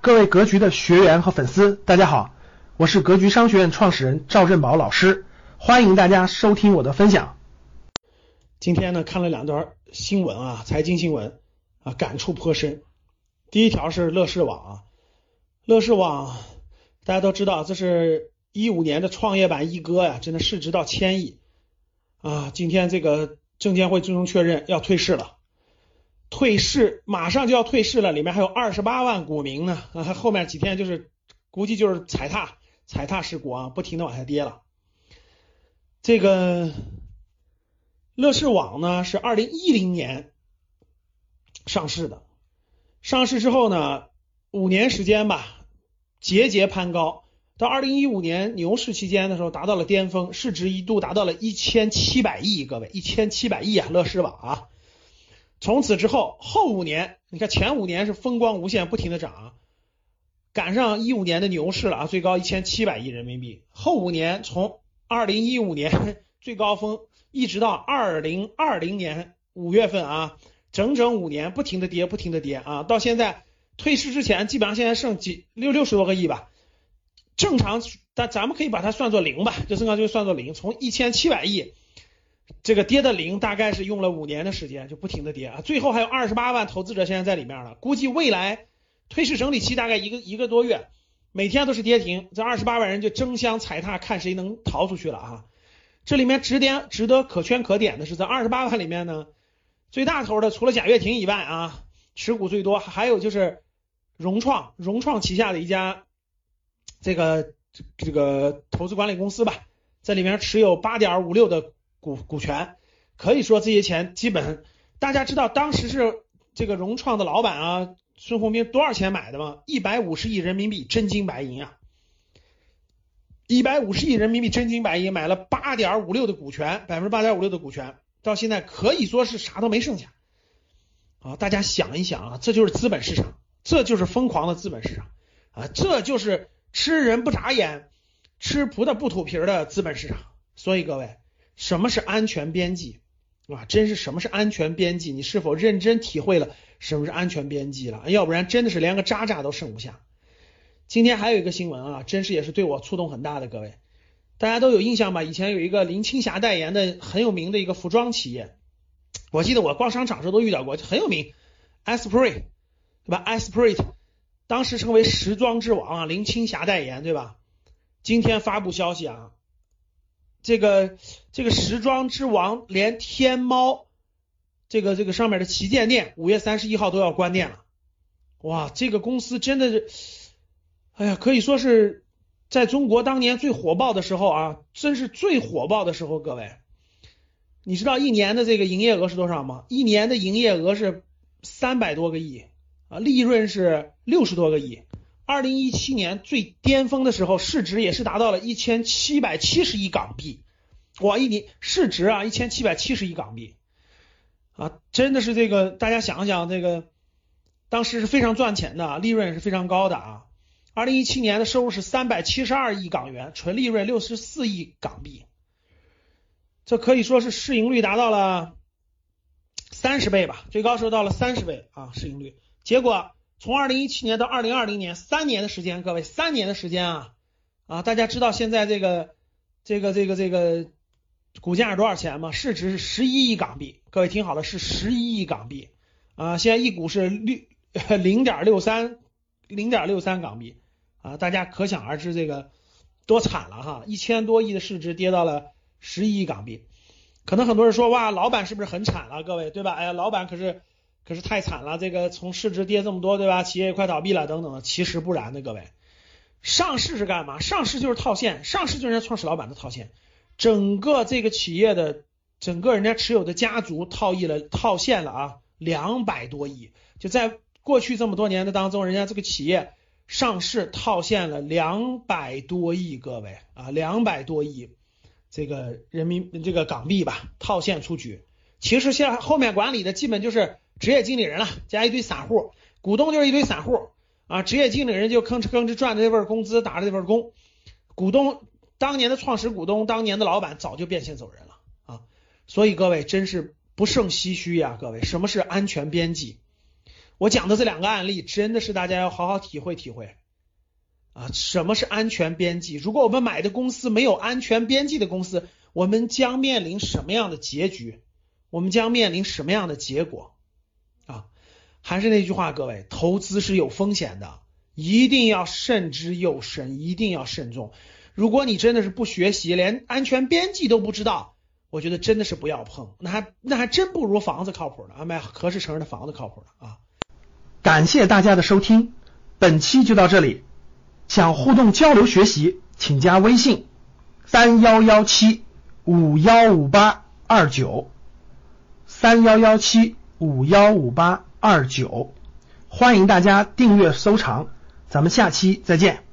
各位格局的学员和粉丝，大家好，我是格局商学院创始人赵振宝老师，欢迎大家收听我的分享。 今天呢，看了两段新闻啊，财经新闻啊，感触颇深。第一条是乐视网啊，乐视网大家都知道，这是15年的创业板一哥呀，真的市值到1000亿啊。今天这个证监会最终确认要退市了。退市马上就要退市了，里面还有28万股民呢啊，后面几天就是估计就是踩踏事故啊，不停的往下跌了。这个乐视网呢是2010年上市的，上市之后呢5年时间吧，节节攀高，到2015年牛市期间的时候达到了巅峰，市值一度达到了1700亿，各位1700亿啊，乐视网啊。从此之后后5年，你看前5年是风光无限，不停的涨，赶上15年的牛市了啊，最高1700亿人民币。后5年从2015年最高峰一直到2020年5月份啊，整整5年不停的跌啊，到现在退市之前基本上现在剩60多个亿吧，正常咱们可以把它算作零吧，就正常就算作零，从1700亿这个跌的零大概是用了5年的时间，就不停的跌啊，最后还有28万投资者现在在里面了，估计未来退市整理期大概一个多月，每天都是跌停，这28万人就争相踩踏，看谁能逃出去了啊。这里面值得可圈可点的是，在28万里面呢，最大头的除了贾跃亭以外啊，持股最多还有就是融创旗下的一家这个投资管理公司吧，在里面持有8.56%的股权，可以说这些钱基本大家知道当时是这个融创的老板啊孙宏斌多少钱买的吗？150亿人民币真金白银啊，150亿人民币真金白银买了8.56%的股权，8.56%的股权，到现在可以说是啥都没剩下啊！大家想一想啊，这就是资本市场，这就是疯狂的资本市场啊，这就是吃人不眨眼，吃葡萄不吐皮的资本市场。所以各位，什么是安全边际啊？真是什么是安全边际？你是否认真体会了什么是安全边际了？要不然真的是连个渣渣都剩不下。今天还有一个新闻啊，真是也是对我触动很大的，各位大家都有印象吧？以前有一个林青霞代言的很有名的一个服装企业，我记得我逛商场时候都遇到过，很有名 Esprit 对吧 Esprit 当时成为时装之王啊，林青霞代言对吧？今天发布消息啊，这个时装之王连天猫这个上面的旗舰店5月31号都要关店了。哇，这个公司真的是哎呀，可以说是在中国当年最火爆的时候啊，真是最火爆的时候。各位你知道一年的这个营业额是多少吗？一年的营业额是300多个亿啊，利润是60多个亿。2017年最巅峰的时候，市值也是达到了1770亿港币。哇，一年市值啊1770亿港币啊，真的是这个大家想想，这个当时是非常赚钱的，利润是非常高的啊。2017年的收入是372亿港元，纯利润64亿港币，这可以说是市盈率达到了30倍吧，最高时候到了30倍啊市盈率。结果从2017年到2020年3年的时间，各位3年的时间啊，大家知道现在这个股价是多少钱吗？市值是11亿港币，各位听好了，是11亿港币啊，现在一股是0.63港币啊，大家可想而知这个多惨了哈，1000多亿的市值跌到了11亿港币。可能很多人说哇，老板是不是很惨了？各位对吧？哎呀，老板可是太惨了，这个从市值跌这么多对吧？企业也快倒闭了等等的。其实不然的，各位，上市是干嘛？上市就是套现，上市就是人家创始老板的套现，整个这个企业的整个人家持有的家族套现了啊200多亿，就在过去这么多年的当中，人家这个企业上市套现了200多亿，各位啊，200多亿这个这个港币吧，套现出局。其实现在后面管理的基本就是职业经理人了，加一堆散户，股东就是一堆散户啊，职业经理人就吭哧吭哧赚的这份工资，打的这份工，股东当年的创始股东，当年的老板早就变现走人了啊。所以各位真是不胜唏嘘呀，各位，什么是安全边际？ 我讲的这2个案例真的是大家要好好体会体会啊，什么是安全边际？如果我们买的公司没有安全边际的公司，我们将面临什么样的结局？我们将面临什么样的结果？啊，还是那句话，各位，投资是有风险的，一定要慎之又慎，一定要慎重。如果你真的是不学习，连安全边际都不知道，我觉得真的是不要碰，那还真不如房子靠谱的啊，买合适城市的房子靠谱的啊。 感谢大家的收听，本期就到这里。想互动交流学习，请加微信3117515829，3117515829，欢迎大家订阅收藏，咱们下期再见。